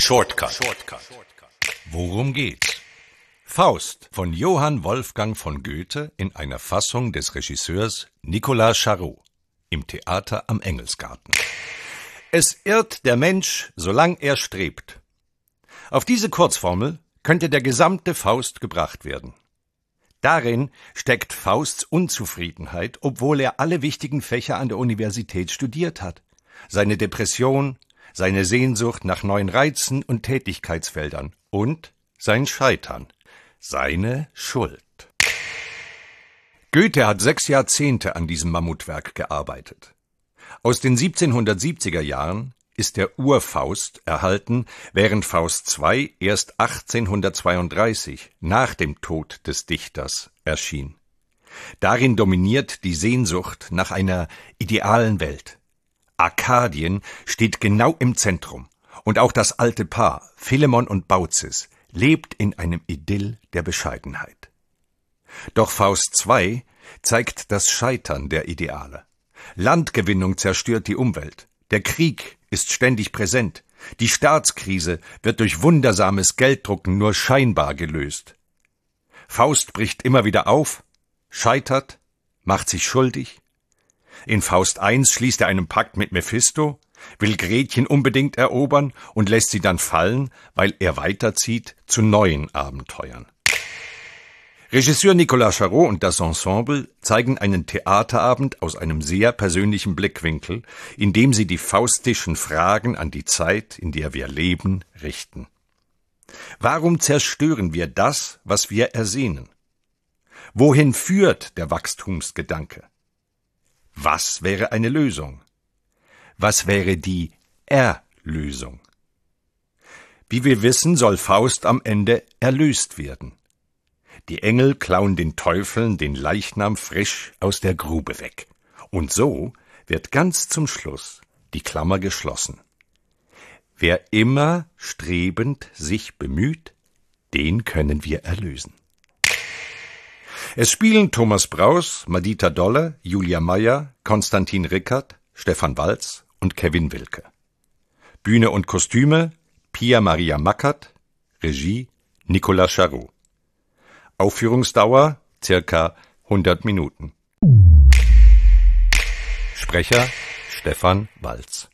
Shortcut. Worum geht's? Faust von Johann Wolfgang von Goethe in einer Fassung des Regisseurs Nicolas Charot im Theater am Engelsgarten. Es irrt der Mensch, solang er strebt. Auf diese Kurzformel könnte der gesamte Faust gebracht werden. Darin steckt Fausts Unzufriedenheit, obwohl er alle wichtigen Fächer an der Universität studiert hat. Seine Depression, seine Sehnsucht nach neuen Reizen und Tätigkeitsfeldern und sein Scheitern, seine Schuld. Goethe hat 6 Jahrzehnte an diesem Mammutwerk gearbeitet. Aus den 1770er Jahren ist der Urfaust erhalten, während Faust II erst 1832, nach dem Tod des Dichters, erschien. Darin dominiert die Sehnsucht nach einer idealen Welt. Arkadien steht genau im Zentrum, und auch das alte Paar, Philemon und Baucis, lebt in einem Idyll der Bescheidenheit. Doch Faust II zeigt das Scheitern der Ideale. Landgewinnung zerstört die Umwelt. Der Krieg ist ständig präsent. Die Staatskrise wird durch wundersames Gelddrucken nur scheinbar gelöst. Faust bricht immer wieder auf, scheitert, macht sich schuldig. In Faust I schließt er einen Pakt mit Mephisto, will Gretchen unbedingt erobern und lässt sie dann fallen, weil er weiterzieht zu neuen Abenteuern. Regisseur Nicolas Charot und das Ensemble zeigen einen Theaterabend aus einem sehr persönlichen Blickwinkel, in dem sie die faustischen Fragen an die Zeit, in der wir leben, richten. Warum zerstören wir das, was wir ersehnen? Wohin führt der Wachstumsgedanke? Was wäre eine Lösung? Was wäre die Erlösung? Wie wir wissen, soll Faust am Ende erlöst werden. Die Engel klauen den Teufeln den Leichnam frisch aus der Grube weg. Und so wird ganz zum Schluss die Klammer geschlossen. Wer immer strebend sich bemüht, den können wir erlösen. Es spielen Thomas Braus, Madita Dolle, Julia Meyer, Konstantin Rickert, Stefan Walz und Kevin Wilke. Bühne und Kostüme Pia Maria Mackert, Regie Nicolas Charot. Aufführungsdauer circa 100 Minuten. Sprecher Stefan Walz.